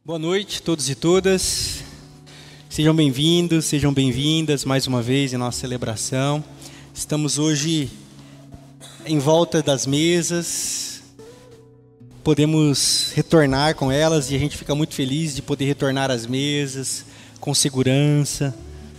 Boa noite a todos e todas. Sejam bem-vindos, sejam bem-vindas mais uma vez em nossa celebração. Estamos hoje em volta das mesas. Podemos retornar com elas e a gente fica muito feliz de poder retornar às mesas com segurança.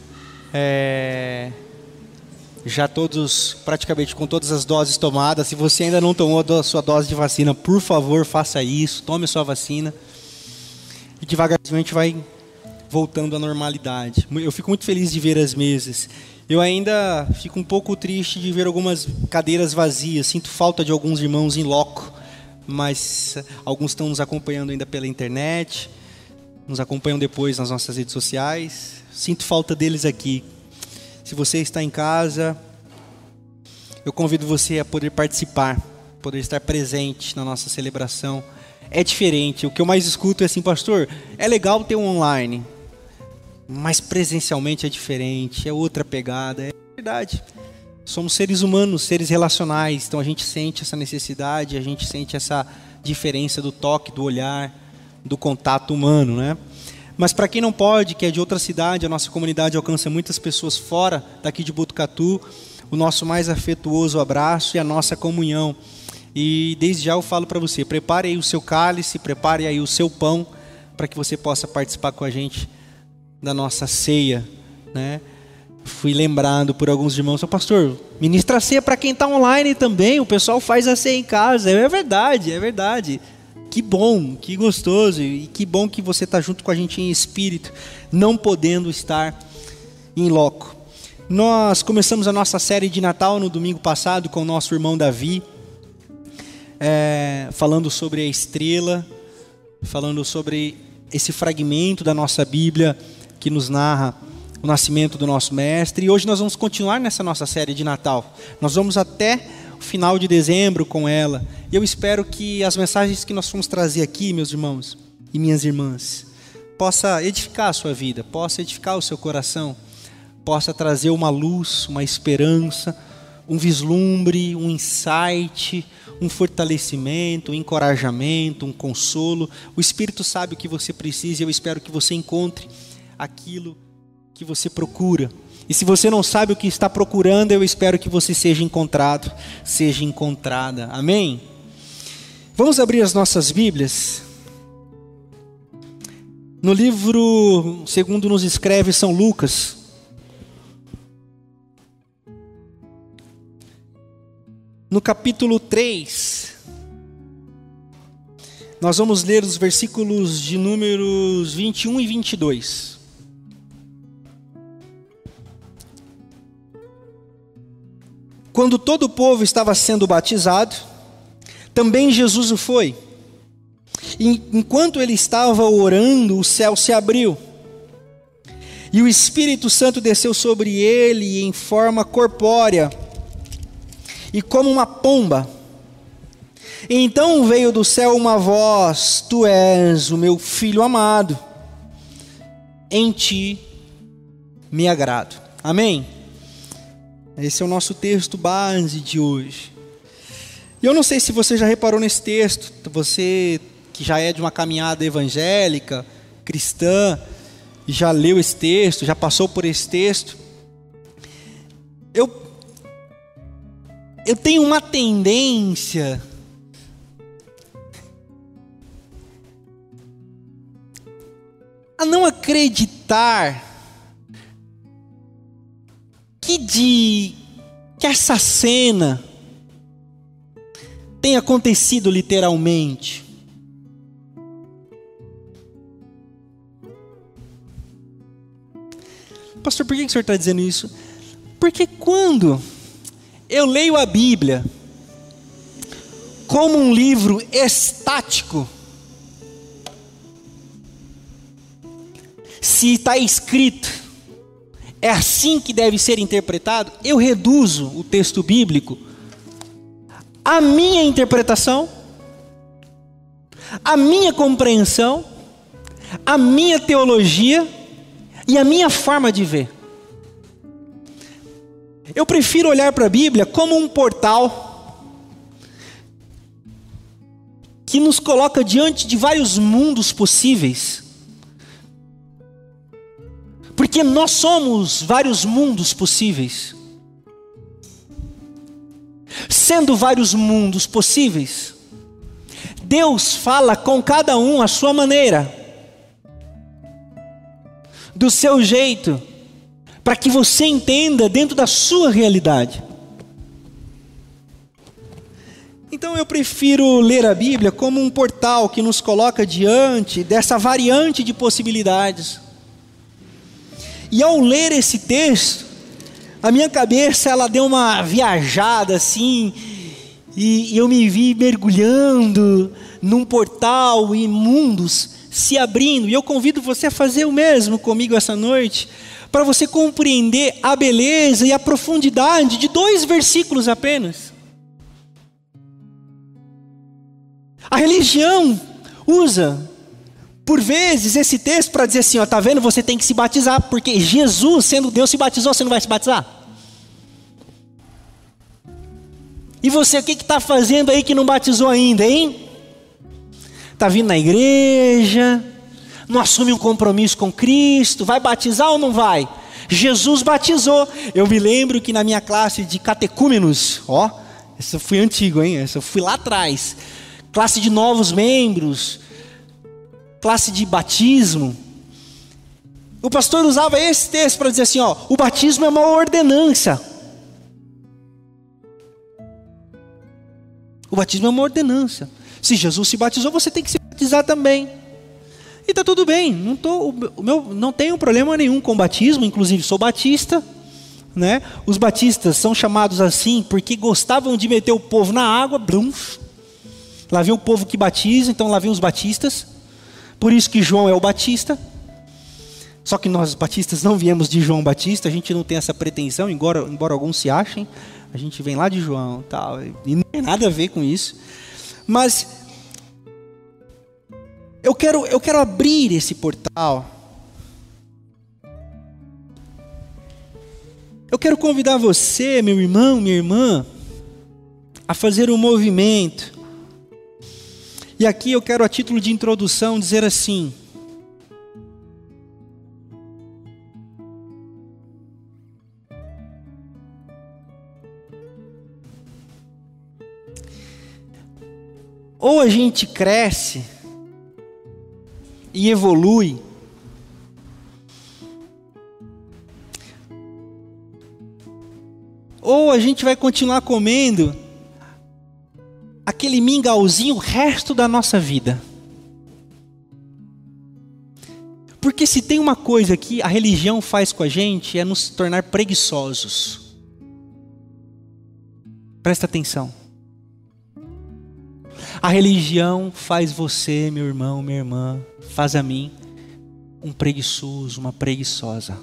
Já todos, praticamente com todas as doses tomadas. Se você ainda não tomou a sua dose de vacina, por favor, faça isso, tome a sua vacina. E devagarzinho a gente vai voltando à normalidade. Eu fico muito feliz de ver as mesas. Eu ainda fico um pouco triste de ver algumas cadeiras vazias. Sinto falta de alguns irmãos em loco, mas alguns estão nos acompanhando ainda pela internet, nos acompanham depois nas nossas redes sociais. Sinto falta deles aqui. Se você está em casa, eu convido você a poder participar, poder estar presente na nossa celebração. É diferente. O que eu mais escuto é assim: pastor, é legal ter um online, mas presencialmente é diferente, é outra pegada. É verdade. Somos seres humanos, seres relacionais, então a gente sente essa necessidade, a gente sente essa diferença do toque, do olhar, do contato humano, né? Mas para quem não pode, que é de outra cidade, a nossa comunidade alcança muitas pessoas fora daqui de Botucatu, o nosso mais afetuoso abraço e a nossa comunhão. E desde já eu falo para você, prepare aí o seu cálice, prepare aí o seu pão, para que você possa participar com a gente da nossa ceia, né? Fui lembrado por alguns irmãos: pastor, ministra a ceia para quem está online também, o pessoal faz a ceia em casa. É verdade, é verdade. Que bom, que gostoso, e que bom que você está junto com a gente em espírito, não podendo estar em loco. Nós começamos a nossa série de Natal no domingo passado com o nosso irmão Davi, falando sobre a estrela, falando sobre esse fragmento da nossa Bíblia que nos narra o nascimento do nosso mestre. E hoje nós vamos continuar nessa nossa série de Natal. Nós vamos até o final de dezembro com ela. E eu espero que as mensagens que nós vamos trazer aqui, meus irmãos e minhas irmãs, possa edificar a sua vida, possa edificar o seu coração, possa trazer uma luz, uma esperança, um vislumbre, um insight, um fortalecimento, um encorajamento, um consolo. O Espírito sabe o que você precisa e eu espero que você encontre aquilo que você procura. E se você não sabe o que está procurando, eu espero que você seja encontrado, seja encontrada. Amém? Vamos abrir as nossas Bíblias no livro, segundo nos escreve São Lucas, no capítulo 3, nós vamos ler os versículos de números 21 e 22. Quando todo o povo estava sendo batizado, também Jesus o foi. E enquanto ele estava orando, o céu se abriu, e o Espírito Santo desceu sobre ele em forma corpórea, e como uma pomba. E então veio do céu uma voz: Tu és o meu filho amado, em ti me agrado. Amém? Esse é o nosso texto base de hoje. E eu não sei se você já reparou nesse texto, você que já é de uma caminhada evangélica, cristã, já leu esse texto, já passou por esse texto. Eu tenho uma tendência a não acreditar que essa cena tenha acontecido literalmente. Pastor, por que o senhor está dizendo isso? Porque quando eu leio a Bíblia como um livro estático, se está escrito, é assim que deve ser interpretado, eu reduzo o texto bíblico à minha interpretação, à minha compreensão, à minha teologia e à minha forma de ver. Eu prefiro olhar para a Bíblia como um portal que nos coloca diante de vários mundos possíveis. Porque nós somos vários mundos possíveis. Sendo vários mundos possíveis, Deus fala com cada um à sua maneira, do seu jeito, para que você entenda dentro da sua realidade. Então eu prefiro ler a Bíblia como um portal que nos coloca diante dessa variante de possibilidades. E ao ler esse texto, a minha cabeça ela deu uma viajada assim, e eu me vi mergulhando num portal e mundos se abrindo. E eu convido você a fazer o mesmo comigo essa noite, para você compreender a beleza e a profundidade de 2 versículos apenas. A religião usa, por vezes, esse texto para dizer assim, ó, tá vendo? Você tem que se batizar, porque Jesus, sendo Deus, se batizou, você não vai se batizar? E você, o que está fazendo aí que não batizou ainda, hein? Está vindo na igreja, não assume um compromisso com Cristo, vai batizar ou não vai? Jesus batizou. Eu me lembro que na minha classe de catecúmenos, ó, essa eu fui antigo, hein? Essa eu fui lá atrás. Classe de novos membros, classe de batismo. O pastor usava esse texto para dizer assim, ó, o batismo é uma ordenança. O batismo é uma ordenança. Se Jesus se batizou, você tem que se batizar também. E está tudo bem, não tenho problema nenhum com batismo, inclusive sou batista, né? Os batistas são chamados assim porque gostavam de meter o povo na água, blum. Lá vem o povo que batiza, então lá vem os batistas. Por isso que João é o Batista. Só que nós batistas não viemos de João Batista, a gente não tem essa pretensão, embora alguns se achem. A gente vem lá de João, tal, e não tem nada a ver com isso. Mas eu quero abrir esse portal. Eu quero convidar você, meu irmão, minha irmã, a fazer um movimento. E aqui eu quero, a título de introdução, dizer assim: ou a gente cresce e evolui, ou a gente vai continuar comendo aquele mingauzinho o resto da nossa vida. Porque se tem uma coisa que a religião faz com a gente, é nos tornar preguiçosos. Presta atenção. A religião faz você, meu irmão, minha irmã, faz a mim um preguiçoso, uma preguiçosa.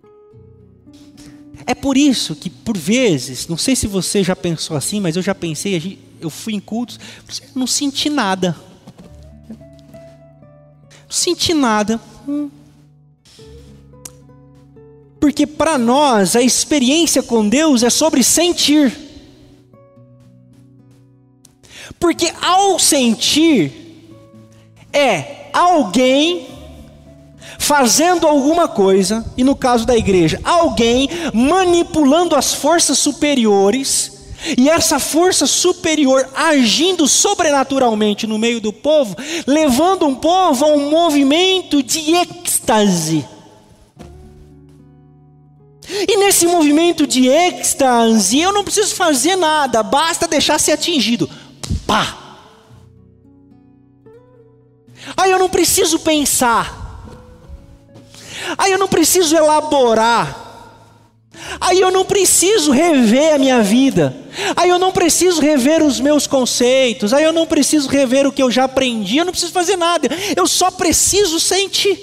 É por isso que, por vezes, não sei se você já pensou assim, mas eu já pensei, eu fui em cultos, não senti nada. Não senti nada. Porque para nós, a experiência com Deus é sobre sentir. Porque ao sentir, é alguém fazendo alguma coisa, e no caso da igreja, alguém manipulando as forças superiores, e essa força superior agindo sobrenaturalmente no meio do povo, levando um povo a um movimento de êxtase. E nesse movimento de êxtase, eu não preciso fazer nada, basta deixar ser atingido. Pá! Aí eu não preciso pensar. Aí eu não preciso elaborar. Aí eu não preciso rever a minha vida. Aí eu não preciso rever os meus conceitos. Aí eu não preciso rever o que eu já aprendi. Eu não preciso fazer nada. Eu só preciso sentir.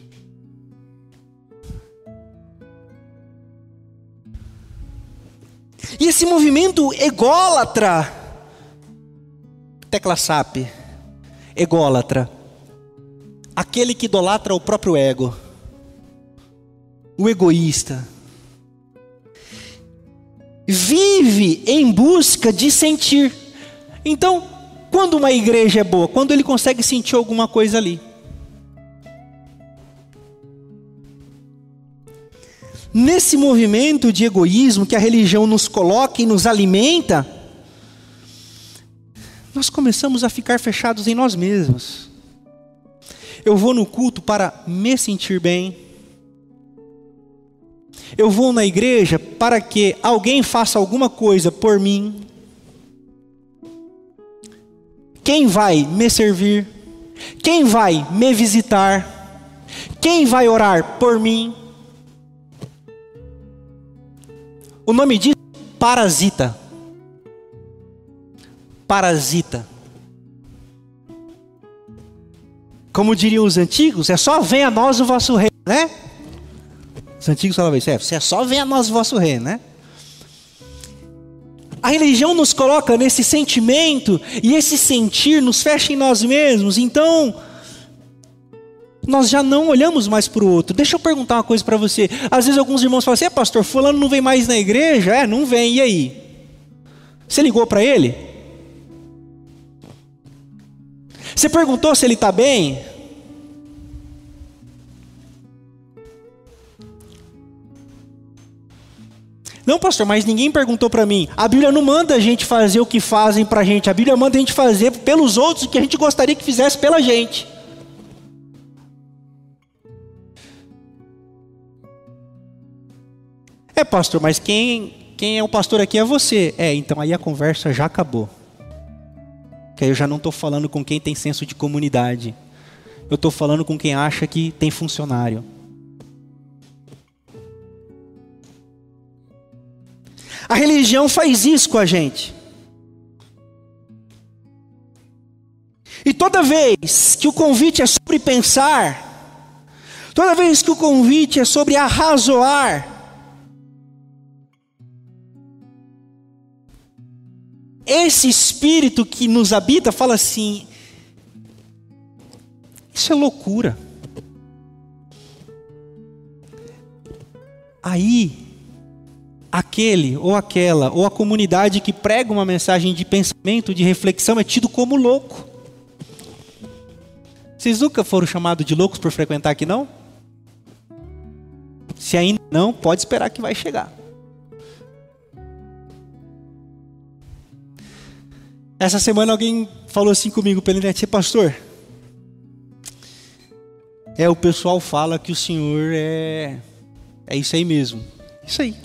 E esse movimento ególatra, tecla SAP, ególatra, aquele que idolatra o próprio ego, o egoísta, vive em busca de sentir. Então, quando uma igreja é boa? Quando ele consegue sentir alguma coisa ali. Nesse movimento de egoísmo que a religião nos coloca e nos alimenta, nós começamos a ficar fechados em nós mesmos. Eu vou no culto para me sentir bem. Eu vou na igreja para que alguém faça alguma coisa por mim. Quem vai me servir? Quem vai me visitar? Quem vai orar por mim? O nome disso é parasita. Parasita. Como diriam os antigos, é só venha a nós o vosso reino, né? Os antigos falavam isso, é só venha a nós o vosso reino, né? A religião nos coloca nesse sentimento, e esse sentir nos fecha em nós mesmos, então nós já não olhamos mais para o outro. Deixa eu perguntar uma coisa para você. Às vezes alguns irmãos falam assim, pastor, fulano não vem mais na igreja? Não vem, e aí? Você ligou para ele? Você perguntou se ele está bem? Não, pastor, mas ninguém perguntou para mim. A Bíblia não manda a gente fazer o que fazem para a gente. A Bíblia manda a gente fazer pelos outros o que a gente gostaria que fizesse pela gente. Pastor, mas quem é o pastor aqui é você. Então aí a conversa já acabou. Que aí eu já não estou falando com quem tem senso de comunidade. Eu estou falando com quem acha que tem funcionário. A religião faz isso com a gente. E toda vez que o convite é sobre pensar, toda vez que o convite é sobre arrazoar, esse espírito que nos habita fala assim, isso é loucura. Aí, aquele ou aquela, ou a comunidade que prega uma mensagem de pensamento, de reflexão, é tido como louco. Vocês nunca foram chamados de loucos por frequentar aqui, não? Se ainda não, pode esperar que vai chegar. Essa semana alguém falou assim comigo pela internet, pastor, o pessoal fala que o senhor é isso aí mesmo. Isso aí.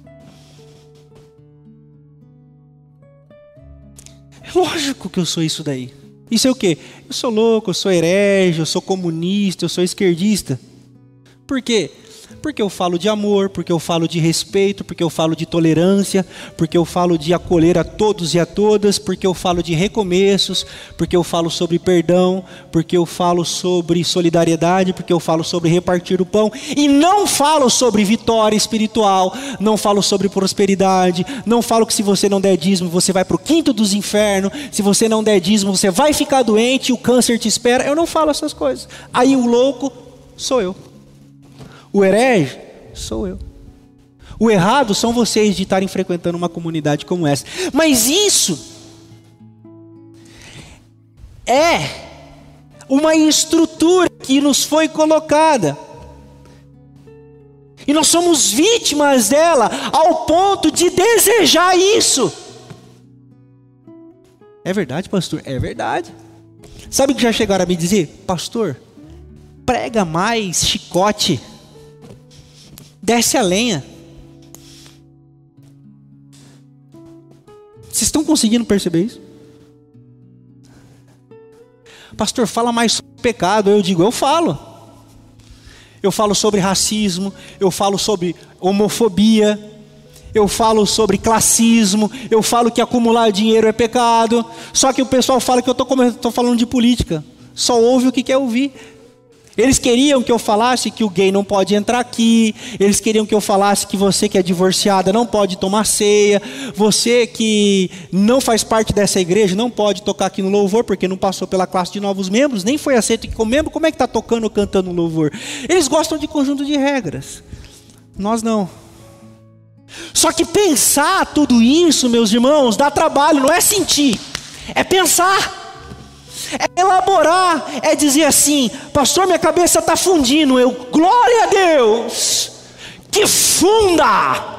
É lógico que eu sou isso daí. Isso é o quê? Eu sou louco, eu sou herege, eu sou comunista, eu sou esquerdista. Por quê? Porque eu falo de amor, porque eu falo de respeito, porque eu falo de tolerância, porque eu falo de acolher a todos e a todas, porque eu falo de recomeços, porque eu falo sobre perdão, porque eu falo sobre solidariedade, porque eu falo sobre repartir o pão, e não falo sobre vitória espiritual, não falo sobre prosperidade, não falo que se você não der dízimo, você vai para o quinto dos infernos, se você não der dízimo, você vai ficar doente, o câncer te espera. Eu não falo essas coisas. Aí o louco sou eu. O herege sou eu. O errado são vocês de estarem frequentando uma comunidade como essa. Mas isso é uma estrutura que nos foi colocada. E nós somos vítimas dela ao ponto de desejar isso. É verdade, pastor? É verdade. Sabe o que já chegaram a me dizer? Pastor, prega mais chicote. Desce a lenha. Vocês estão conseguindo perceber isso? Pastor, fala mais sobre pecado. Eu digo, eu falo. Eu falo sobre racismo, eu falo sobre homofobia, eu falo sobre classismo, eu falo que acumular dinheiro é pecado. Só que o pessoal fala que eu estou falando de política. Só ouve o que quer ouvir. Eles queriam que eu falasse que o gay não pode entrar aqui. Eles queriam que eu falasse que você que é divorciada não pode tomar ceia. Você que não faz parte dessa igreja não pode tocar aqui no louvor porque não passou pela classe de novos membros, nem foi aceito como membro. Como é que está tocando ou cantando no louvor? Eles gostam de conjunto de regras. Nós não. Só que pensar tudo isso, meus irmãos, dá trabalho. Não é sentir, é pensar. É elaborar, é dizer assim: pastor, minha cabeça está fundindo. Glória a Deus, que funda!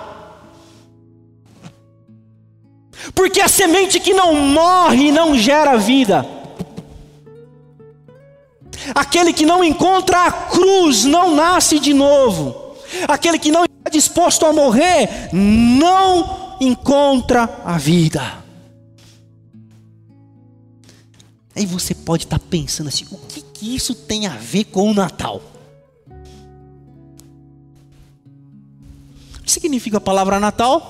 Porque a semente que não morre não gera vida. Aquele que não encontra a cruz não nasce de novo. Aquele que não está disposto a morrer não encontra a vida. Aí você pode estar pensando assim: o que isso tem a ver com o Natal? O que significa a palavra Natal?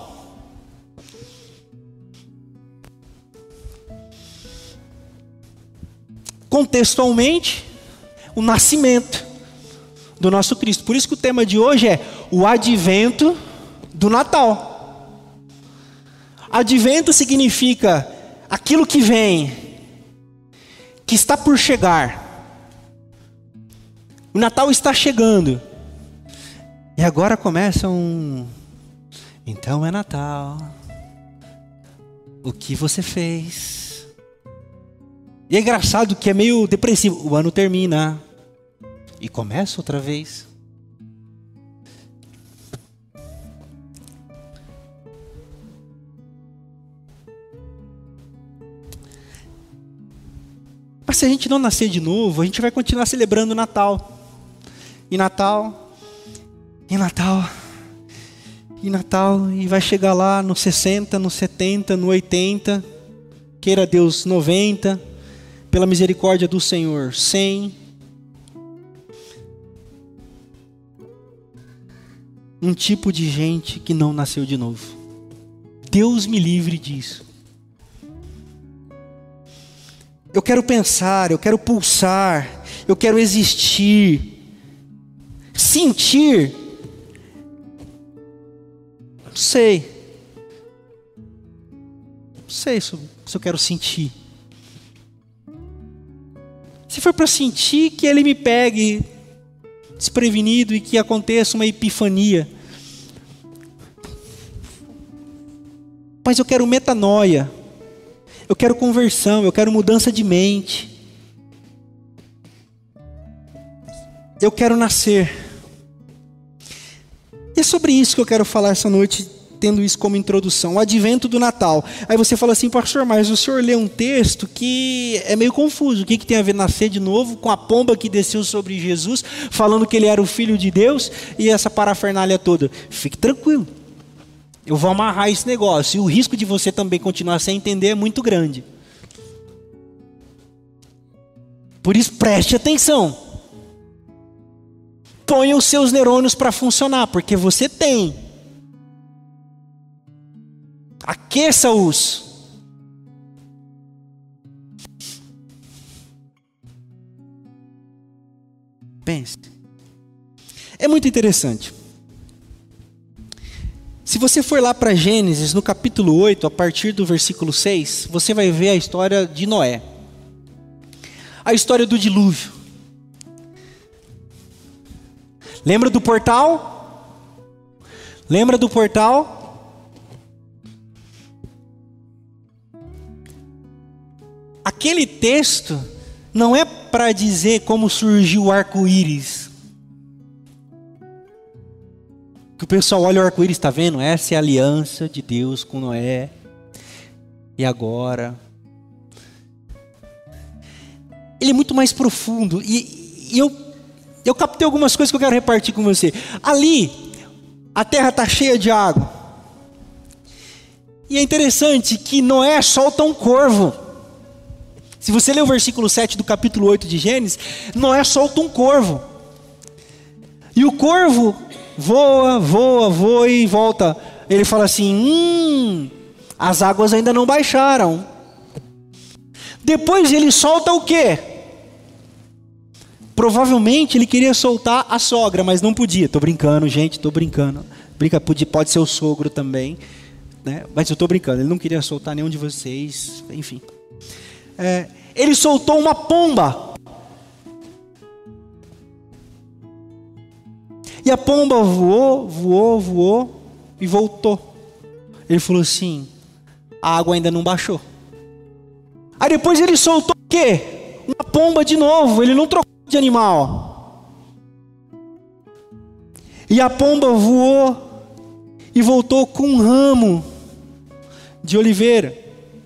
Contextualmente, o nascimento do nosso Cristo. Por isso que o tema de hoje é o advento do Natal. Advento significa aquilo que vem, que está por chegar. O Natal está chegando. E agora começa então é Natal. O que você fez? E é engraçado que é meio depressivo. O ano termina e começa outra vez. Mas se a gente não nascer de novo, a gente vai continuar celebrando o Natal. E Natal, e Natal, e Natal, e vai chegar lá no 60, no 70, no 80, queira Deus 90, pela misericórdia do Senhor 100. Um tipo de gente que não nasceu de novo. Deus me livre disso. Eu quero pensar, eu quero pulsar, eu quero existir, sentir. Não sei se eu quero sentir. Se for para sentir, que Ele me pegue desprevenido e que aconteça uma epifania. Mas eu quero metanoia, eu quero conversão, eu quero mudança de mente. Eu quero nascer. E é sobre isso que eu quero falar essa noite, tendo isso como introdução, o advento do Natal. Aí você fala assim: pastor, mas o senhor lê um texto que é meio confuso. O que tem a ver nascer de novo com a pomba que desceu sobre Jesus, falando que ele era o Filho de Deus, e essa parafernália toda? Fique tranquilo, eu vou amarrar esse negócio, e o risco de você também continuar sem entender é muito grande. Por isso preste atenção. Ponha os seus neurônios para funcionar, porque você tem. Aqueça-os. Pense. É muito interessante. Se você for lá para Gênesis, no capítulo 8, a partir do versículo 6, você vai ver a história de Noé. A história do dilúvio. Lembra do portal? Lembra do portal? Aquele texto não é para dizer como surgiu o arco-íris. Que o pessoal olha o arco-íris, está vendo? Essa é a aliança de Deus com Noé. E agora? Ele é muito mais profundo. E eu captei algumas coisas que eu quero repartir com você. Ali, a terra está cheia de água. E é interessante que Noé solta um corvo. Se você ler o versículo 7 do capítulo 8 de Gênesis, Noé solta um corvo. E o corvo voa e volta. Ele fala assim: as águas ainda não baixaram. Depois ele solta o quê? Provavelmente ele queria soltar a sogra, mas não podia. Tô brincando, gente, tô brincando. Pode ser o sogro também, né? Mas eu tô brincando, ele não queria soltar nenhum de vocês, enfim. Ele soltou uma pomba. E a pomba voou e voltou. Ele falou assim: a água ainda não baixou. Aí depois ele soltou o quê? uma pomba de novo, ele não trocou de animal. E a pomba voou e voltou com um ramo de oliveira.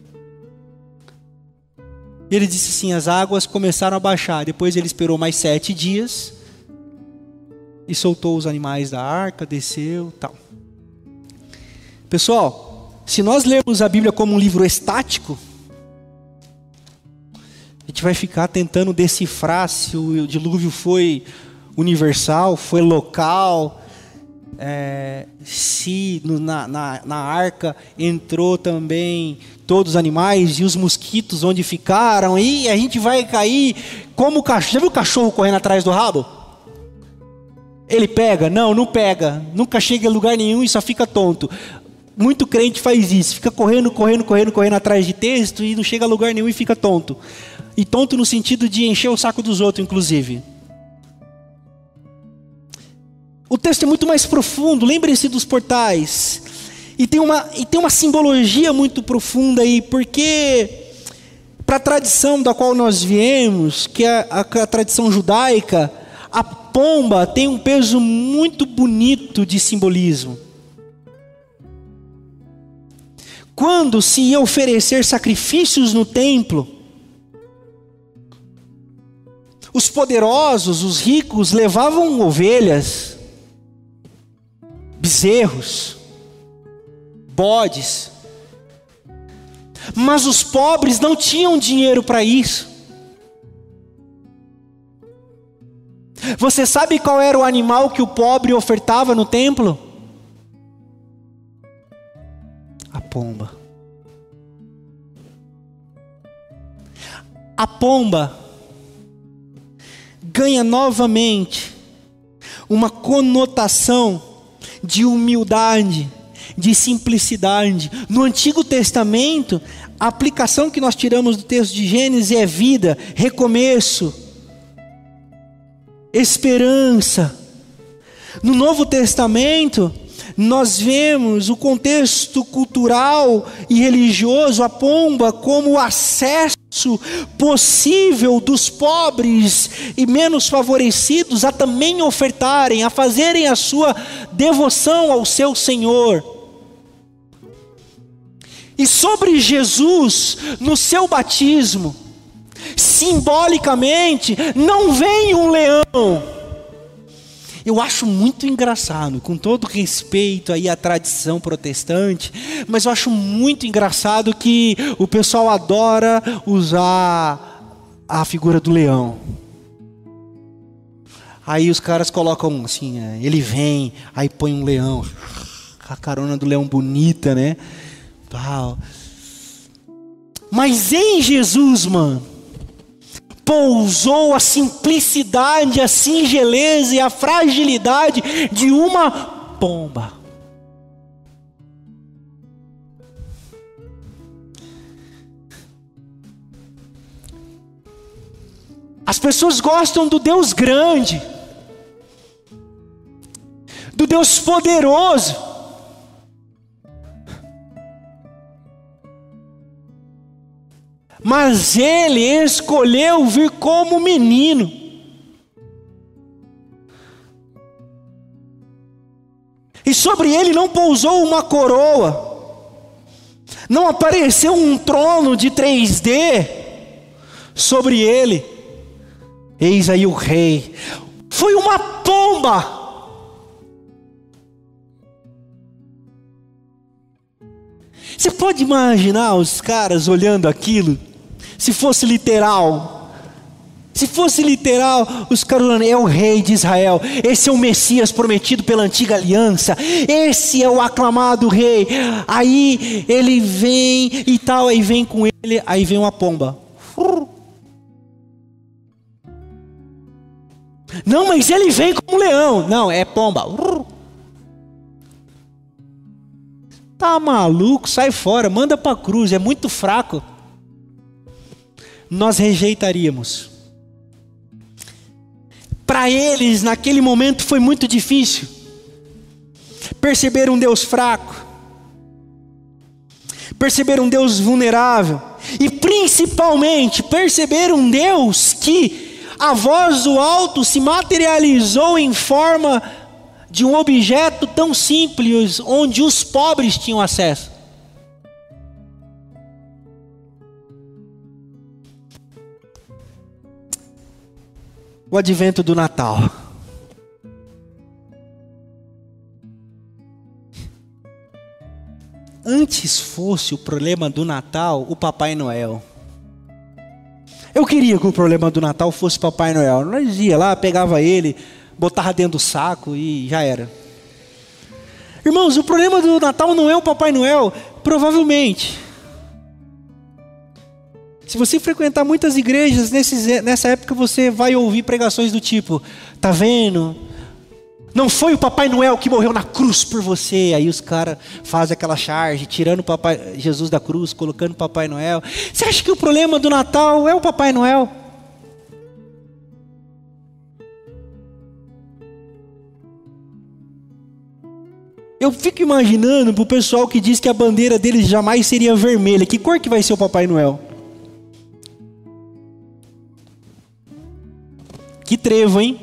Ele disse assim, as águas começaram a baixar. Depois ele esperou mais 7 dias e soltou os animais da arca, desceu, tal. Pessoal, se nós lermos a Bíblia como um livro estático, a gente vai ficar tentando decifrar se o dilúvio foi universal, foi local, se na arca entrou também todos os animais e os mosquitos onde ficaram, e a gente vai cair como o cachorro. Já viu o cachorro correndo atrás do rabo? Ele pega? Não, não pega, nunca chega a lugar nenhum e só fica tonto. Muito crente faz isso, fica correndo atrás de texto e não chega a lugar nenhum e fica tonto. E tonto no sentido de encher o saco dos outros, inclusive. O texto é muito mais profundo, lembrem-se dos portais. E tem uma simbologia muito profunda aí, porque para a tradição da qual nós viemos, que é a tradição judaica, a pomba tem um peso muito bonito de simbolismo. Quando se ia oferecer sacrifícios no templo, os poderosos, os ricos, levavam ovelhas, bezerros, bodes. Mas os pobres não tinham dinheiro para isso. Você sabe qual era o animal que o pobre ofertava no templo? A pomba. A pomba ganha novamente uma conotação de humildade, de simplicidade. No Antigo Testamento, a aplicação que nós tiramos do texto de Gênesis é vida, recomeço, esperança. No Novo Testamento, nós vemos o contexto cultural e religioso, a pomba como o acesso possível dos pobres e menos favorecidos a também ofertarem, a fazerem a sua devoção ao seu Senhor. E sobre Jesus, no seu batismo, simbolicamente, não vem um leão. Eu acho muito engraçado, com todo respeito aí à tradição protestante, mas eu acho muito engraçado que o pessoal adora usar a figura do leão. Aí os caras colocam assim, ele vem, aí põe um leão, a carona do leão bonita, né? Mas em Jesus, mano, pousou a simplicidade, a singeleza e a fragilidade de uma pomba. As pessoas gostam do Deus grande, do Deus poderoso. Mas ele escolheu vir como menino. E sobre ele não pousou uma coroa. Não apareceu um trono de 3D sobre ele. Eis aí o rei. Foi uma pomba. Você pode imaginar os caras olhando aquilo? Se fosse literal, os caras falando, é o rei de Israel, esse é o Messias prometido pela antiga aliança, esse é o aclamado rei. Aí ele vem e tal, aí vem com ele, aí vem uma pomba. Não, mas ele vem como um leão. Não, é pomba. Tá maluco, sai fora, manda para a cruz, é muito fraco. Nós rejeitaríamos. Para eles, naquele momento, foi muito difícil perceber um Deus fraco, perceber um Deus vulnerável, e principalmente perceber um Deus que a voz do alto se materializou em forma de um objeto tão simples, onde os pobres tinham acesso. O advento do Natal. Antes fosse o problema do Natal o Papai Noel. Eu queria que o problema do Natal fosse o Papai Noel. Nós ia lá, pegava ele, botava dentro do saco e já era. Irmãos, o problema do Natal não é o Papai Noel, provavelmente. Se você frequentar muitas igrejas, nessa época você vai ouvir pregações do tipo: tá vendo? Não foi o Papai Noel que morreu na cruz por você. Aí os caras fazem aquela charge, tirando o Papai Jesus da cruz, colocando o Papai Noel. Você acha que o problema do Natal é o Papai Noel? Eu fico imaginando para o pessoal que diz que a bandeira deles jamais seria vermelha. Que cor que vai ser o Papai Noel? Que trevo, hein?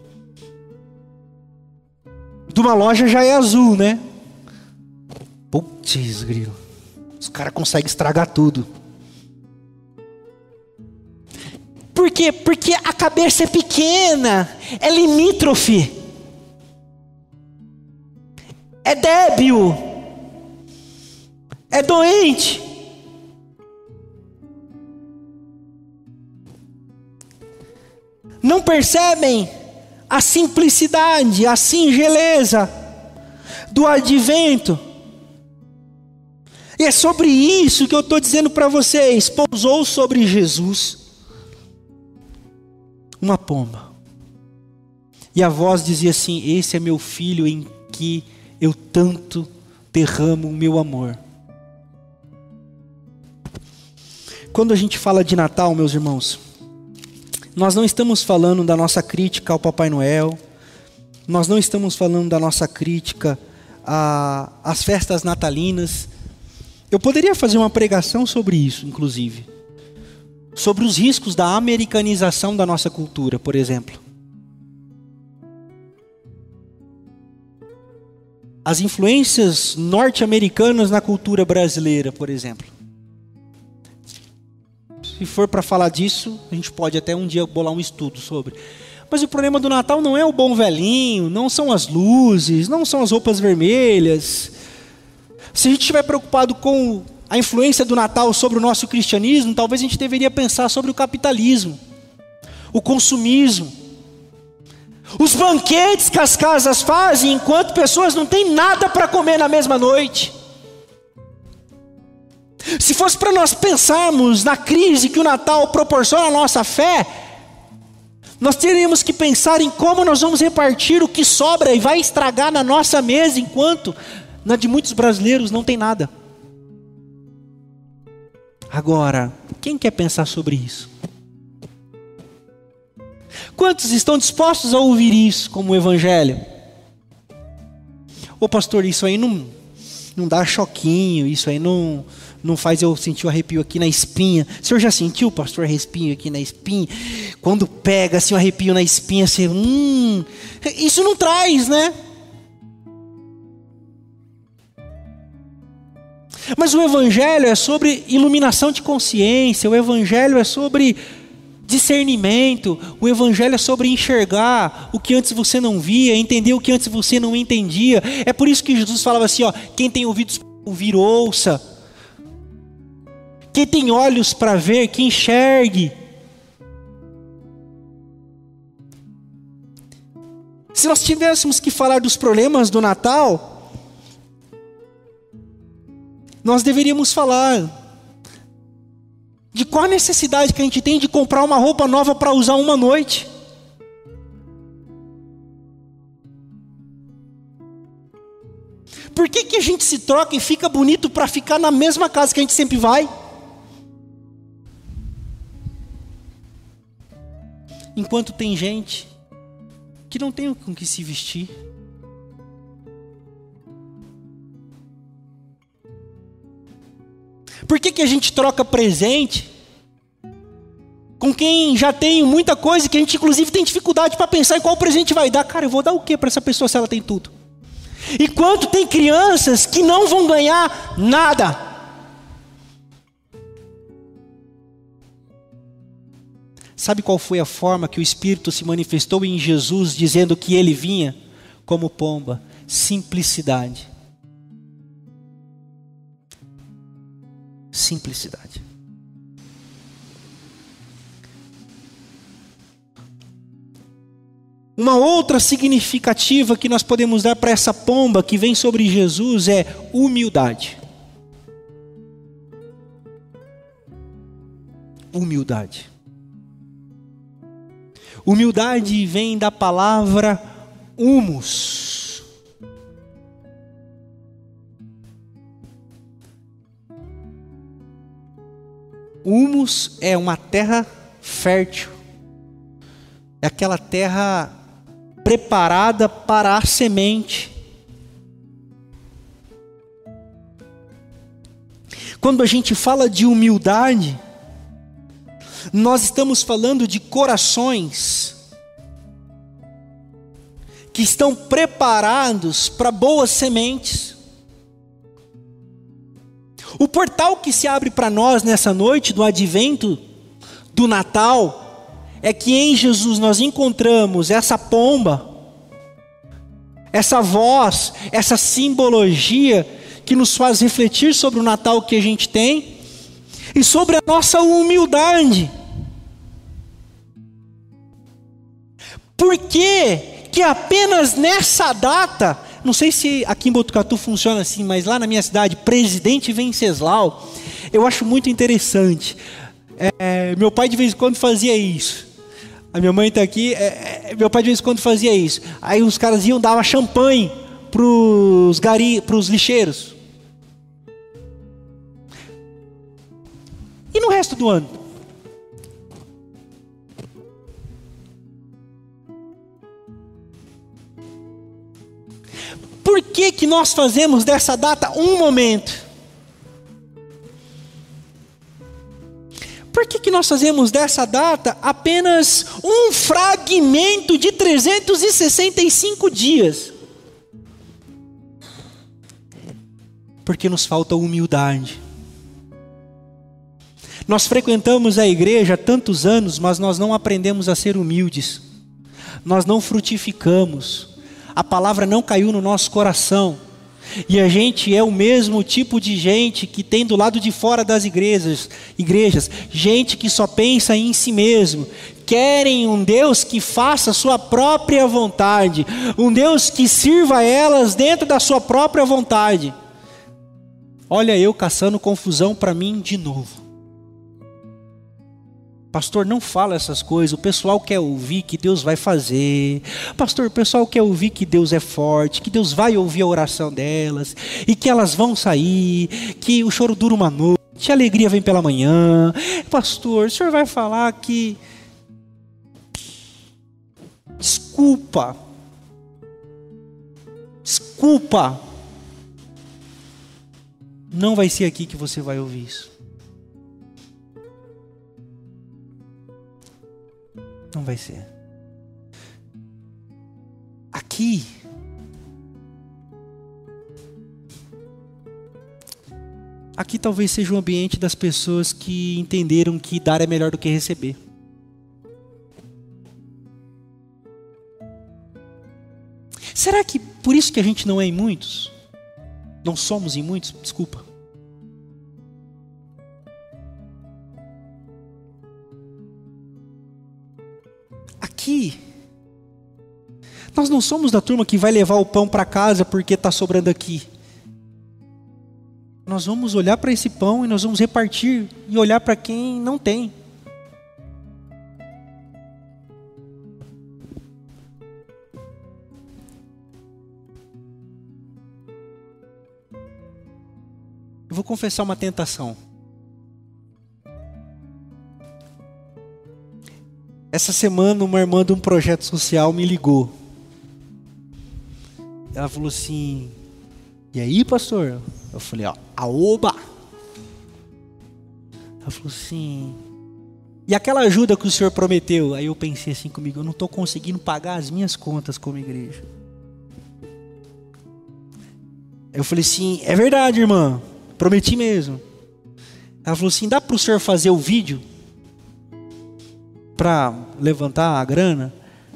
De uma loja já é azul, né? Putz, grilo. Os caras conseguem estragar tudo. Por quê? Porque a cabeça é pequena, é limítrofe, é débil, é doente. Não percebem a simplicidade, a singeleza do advento. E é sobre isso que eu estou dizendo para vocês. Pousou sobre Jesus uma pomba. E a voz dizia assim: esse é meu filho em que eu tanto derramo o meu amor. Quando a gente fala de Natal, meus irmãos, nós não estamos falando da nossa crítica ao Papai Noel. Nós não estamos falando da nossa crítica às festas natalinas. Eu poderia fazer uma pregação sobre isso, inclusive. Sobre os riscos da americanização da nossa cultura, por exemplo. As influências norte-americanas na cultura brasileira, por exemplo. Se for para falar disso, a gente pode até um dia bolar um estudo sobre. Mas o problema do Natal não é o bom velhinho, não são as luzes, não são as roupas vermelhas. Se a gente estiver preocupado com a influência do Natal sobre o nosso cristianismo, talvez a gente deveria pensar sobre o capitalismo, o consumismo, os banquetes que as casas fazem enquanto pessoas não têm nada para comer na mesma noite. Se fosse para nós pensarmos na crise que o Natal proporciona à nossa fé, nós teríamos que pensar em como nós vamos repartir o que sobra e vai estragar na nossa mesa, enquanto na de muitos brasileiros não tem nada. Agora, quem quer pensar sobre isso? Quantos estão dispostos a ouvir isso como evangelho? Ô pastor, isso aí não dá choquinho, isso aí não faz eu sentir o arrepio aqui na espinha. O senhor já sentiu, pastor, arrepio aqui na espinha? Quando pega assim o arrepio na espinha, você, isso não traz, né? Mas o evangelho é sobre iluminação de consciência, o evangelho é sobre discernimento, o evangelho é sobre enxergar o que antes você não via, entender o que antes você não entendia. É por isso que Jesus falava assim, ó, quem tem ouvidos para ouvir, ouça. Quem tem olhos para ver, que enxergue. Se nós tivéssemos que falar dos problemas do Natal, nós deveríamos falar de qual a necessidade que a gente tem de comprar uma roupa nova para usar uma noite. Por que a gente se troca e fica bonito para ficar na mesma casa que a gente sempre vai? Enquanto tem gente que não tem com que se vestir. Por que a gente troca presente com quem já tem muita coisa, que a gente inclusive tem dificuldade para pensar em qual presente vai dar. Cara, eu vou dar o que para essa pessoa se ela tem tudo? Enquanto tem crianças que não vão ganhar nada. Sabe qual foi a forma que o Espírito se manifestou em Jesus, dizendo que ele vinha como pomba? Simplicidade. Simplicidade. Uma outra significativa que nós podemos dar para essa pomba que vem sobre Jesus é humildade. Humildade. Humildade vem da palavra humus. Humus é uma terra fértil. É aquela terra preparada para a semente. Quando a gente fala de humildade, nós estamos falando de corações que estão preparados para boas sementes. O portal que se abre para nós nessa noite do advento, do Natal, é que em Jesus nós encontramos essa pomba, essa voz, essa simbologia que nos faz refletir sobre o Natal que a gente tem e sobre a nossa humildade. Por que apenas nessa data, não sei se aqui em Botucatu funciona assim, mas lá na minha cidade, Presidente Venceslau, eu acho muito interessante. Meu pai de vez em quando fazia isso. A minha mãe está aqui, meu pai de vez em quando fazia isso. Aí os caras iam dar champanhe para os lixeiros. E no resto do ano? Por que nós fazemos dessa data um momento? Por que nós fazemos dessa data apenas um fragmento de 365 dias? Porque nos falta humildade. Nós frequentamos a igreja há tantos anos, mas nós não aprendemos a ser humildes. Nós não frutificamos. A palavra não caiu no nosso coração. E a gente é o mesmo tipo de gente que tem do lado de fora das igrejas, gente que só pensa em si mesmo. Querem um Deus que faça a sua própria vontade, um Deus que sirva a elas dentro da sua própria vontade. Olha eu caçando confusão para mim de novo. Pastor, não fala essas coisas, o pessoal quer ouvir que Deus vai fazer. Pastor, o pessoal quer ouvir que Deus é forte, que Deus vai ouvir a oração delas, e que elas vão sair, que o choro dura uma noite, a alegria vem pela manhã. Pastor, o senhor vai falar que... Desculpa. Não vai ser aqui que você vai ouvir isso. Não vai ser. Aqui talvez seja o ambiente das pessoas que entenderam que dar é melhor do que receber. Será que por isso que a gente não é em muitos? Não somos em muitos? Desculpa. Aqui, nós não somos da turma que vai levar o pão para casa porque está sobrando aqui. Nós vamos olhar para esse pão e nós vamos repartir e olhar para quem não tem. Eu vou confessar uma tentação. Essa semana uma irmã de um projeto social me ligou. Ela falou assim: e aí, pastor? Eu falei: aoba! Ela falou assim: E aquela ajuda que o Senhor prometeu, aí eu pensei assim comigo, eu não estou conseguindo pagar as minhas contas como igreja. Eu falei assim, é verdade, irmã, prometi mesmo. Ela falou assim, dá para o senhor fazer o vídeo para levantar a grana?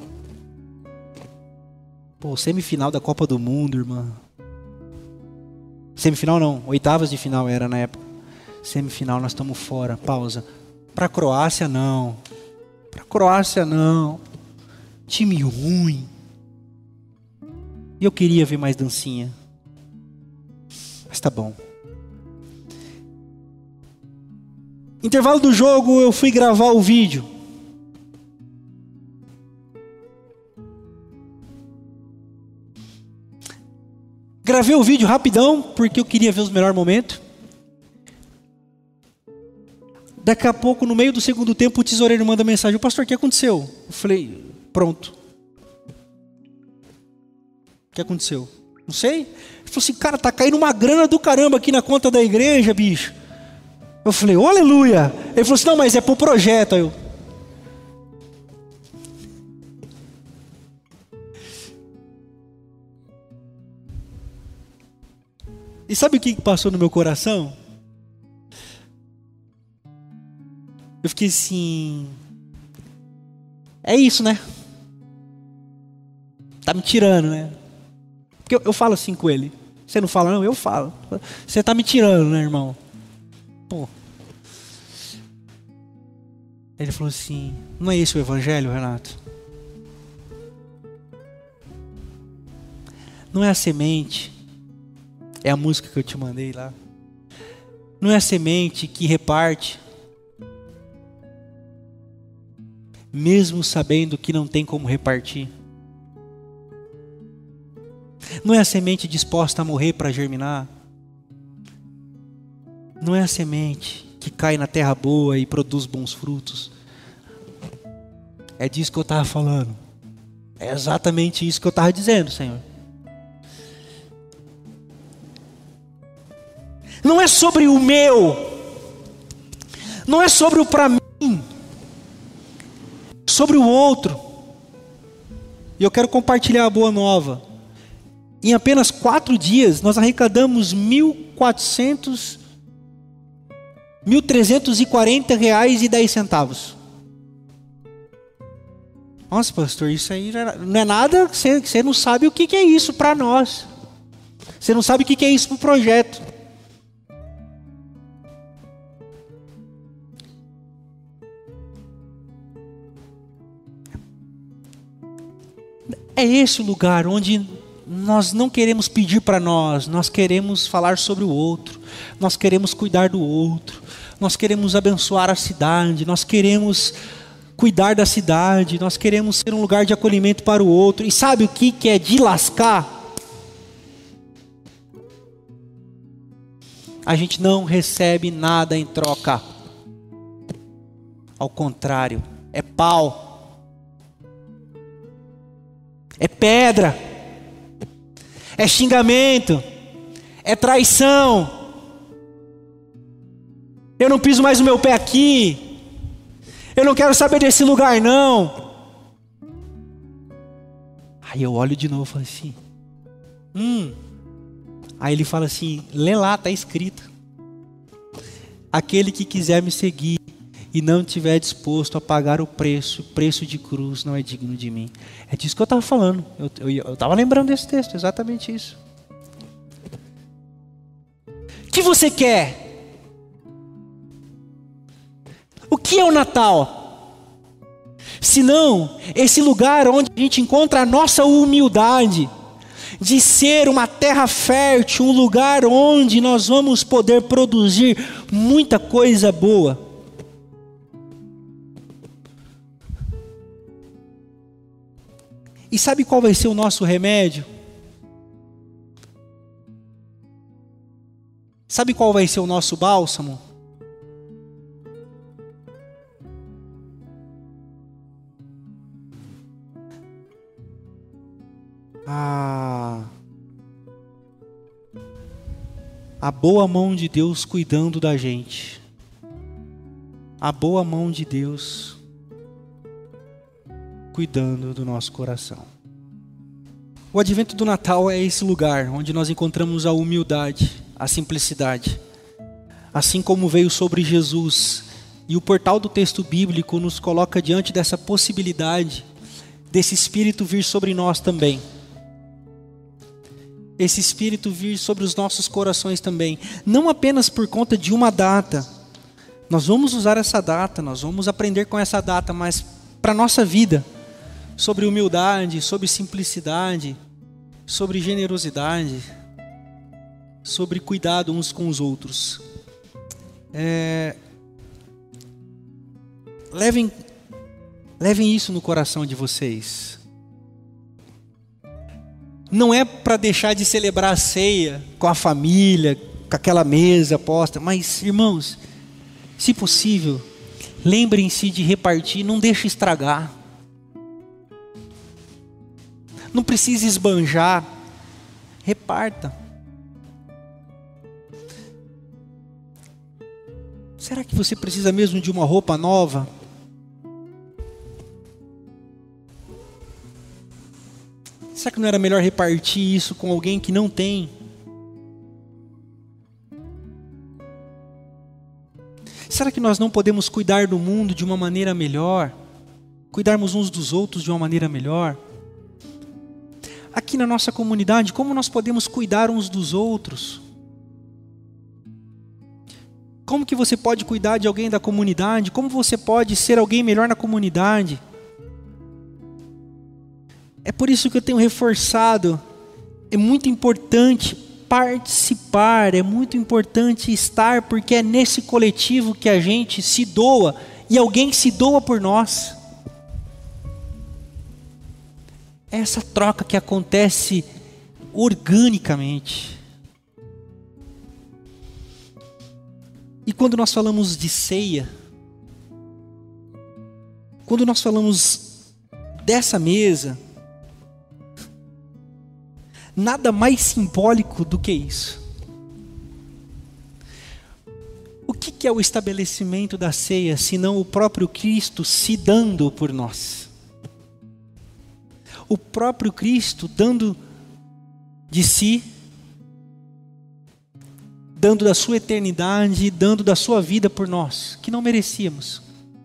Pô, semifinal da Copa do Mundo, irmã. Semifinal não, oitavas de final era na época. Semifinal, nós estamos fora, pausa. Para Croácia não. Para Croácia não. Time ruim. E eu queria ver mais dancinha. Mas tá bom. Intervalo do jogo, eu fui gravar o vídeo. Gravei o vídeo rapidão, porque eu queria ver os melhores momentos. Daqui a pouco, no meio do segundo tempo, o tesoureiro manda mensagem: pastor, o que aconteceu? Eu falei, pronto. O que aconteceu? Não sei. Ele falou assim, cara, tá caindo uma grana do caramba aqui na conta da igreja, bicho. Eu falei, oh, aleluia. Ele falou assim, não, mas é pro projeto. Aí eu... E sabe o que passou no meu coração? Eu fiquei assim... É isso, né? Tá me tirando, né? Porque eu falo assim com ele. Você não fala não? Eu falo. Você tá me tirando, né, irmão? Pô. Ele falou assim, não é esse o evangelho, Renato? Não é a semente... É a música que eu te mandei lá. Não é a semente que reparte, mesmo sabendo que não tem como repartir. Não é a semente disposta a morrer para germinar. Não é a semente que cai na terra boa e produz bons frutos. É disso que eu estava falando. É exatamente isso que eu estava dizendo, Senhor. Não é sobre o meu, não é sobre o para mim, sobre o outro. E eu quero compartilhar a boa nova. Em apenas 4 dias, nós arrecadamos R$1.340,10. Nossa, pastor, isso aí não é nada, você não sabe o que é isso para nós. Você não sabe o que é isso para o projeto. É esse o lugar onde nós não queremos pedir para nós queremos falar sobre o outro, nós queremos cuidar do outro, nós queremos abençoar a cidade, nós queremos cuidar da cidade, nós queremos ser um lugar de acolhimento para o outro. E sabe o que é de lascar? A gente não recebe nada em troca. Ao contrário, é pau. É pedra, é xingamento, é traição. Eu não piso mais o meu pé aqui. Eu não quero saber desse lugar não. Aí eu olho de novo e falo assim, Aí ele fala assim, lê lá, está escrito. Aquele que quiser me seguir e não estiver disposto a pagar o preço de cruz, não é digno de mim. É disso que eu estava falando. Eu estava lembrando desse texto, exatamente isso. O que você quer? O que é o Natal? Se não, esse lugar onde a gente encontra a nossa humildade, de ser uma terra fértil, um lugar onde nós vamos poder produzir muita coisa boa. E sabe qual vai ser o nosso remédio? Sabe qual vai ser o nosso bálsamo? A boa mão de Deus cuidando da gente. a boa mão de Deus cuidando do nosso coração. O advento do Natal é esse lugar onde nós encontramos a humildade, a simplicidade. Assim como veio sobre Jesus, e o portal do texto bíblico nos coloca diante dessa possibilidade desse Espírito vir sobre nós também. Esse Espírito vir sobre os nossos corações também. Não apenas por conta de uma data. Nós vamos usar essa data, nós vamos aprender com essa data, mas para a nossa vida, sobre humildade, sobre simplicidade, sobre generosidade, sobre cuidado uns com os outros. Levem isso no coração de vocês. Não é para deixar de celebrar a ceia com a família, com aquela mesa posta, mas, irmãos, se possível, lembrem-se de repartir, não deixe estragar. Não precisa esbanjar, reparta. Será que você precisa mesmo de uma roupa nova? Será que não era melhor repartir isso com alguém que não tem? Será que nós não podemos cuidar do mundo de uma maneira melhor? Cuidarmos uns dos outros de uma maneira melhor? Aqui na nossa comunidade, como nós podemos cuidar uns dos outros? Como que você pode cuidar de alguém da comunidade? Como você pode ser alguém melhor na comunidade? É por isso que eu tenho reforçado, é muito importante participar, é muito importante estar, porque é nesse coletivo que a gente se doa e alguém se doa por nós. É essa troca que acontece organicamente. E quando nós falamos de ceia, quando nós falamos dessa mesa, nada mais simbólico do que isso. O que é o estabelecimento da ceia, senão o próprio Cristo se dando por nós? O próprio Cristo dando de si, dando da sua eternidade, dando da sua vida por nós, que não merecíamos.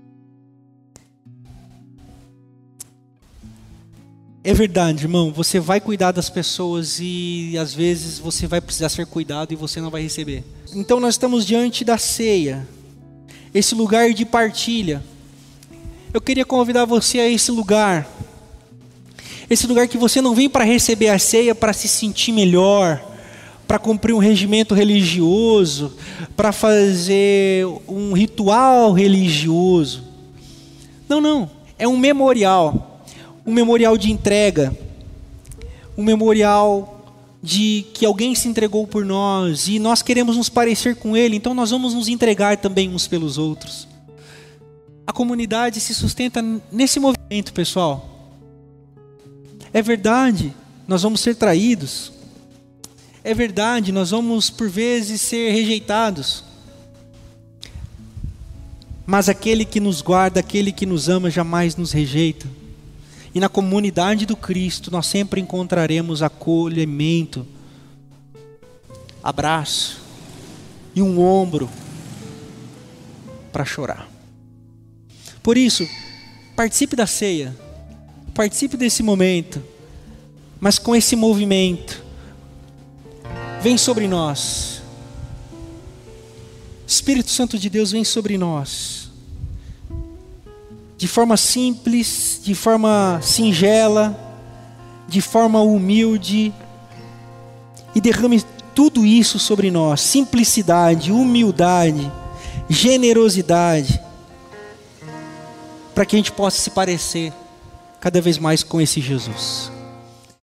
É verdade, irmão, você vai cuidar das pessoas e às vezes você vai precisar ser cuidado e você não vai receber. Então nós estamos diante da ceia, esse lugar de partilha. Eu queria convidar você a esse lugar que você não vem para receber a ceia para se sentir melhor, para cumprir um regimento religioso, para fazer um ritual religioso. Não, é um memorial de entrega, um memorial de que alguém se entregou por nós e nós queremos nos parecer com Ele, então nós vamos nos entregar também uns pelos outros. A comunidade se sustenta nesse movimento, pessoal. É verdade, nós vamos ser traídos. É verdade, nós vamos por vezes ser rejeitados. Mas aquele que nos guarda, aquele que nos ama, jamais nos rejeita. E na comunidade do Cristo nós sempre encontraremos acolhimento, abraço e um ombro para chorar. Por isso, participe da ceia, participe desse momento, mas com esse movimento, vem sobre nós. Espírito Santo de Deus, vem sobre nós. De forma simples, de forma singela, de forma humilde. E derrame tudo isso sobre nós. Simplicidade, humildade, generosidade. Para que a gente possa se parecer cada vez mais com esse Jesus.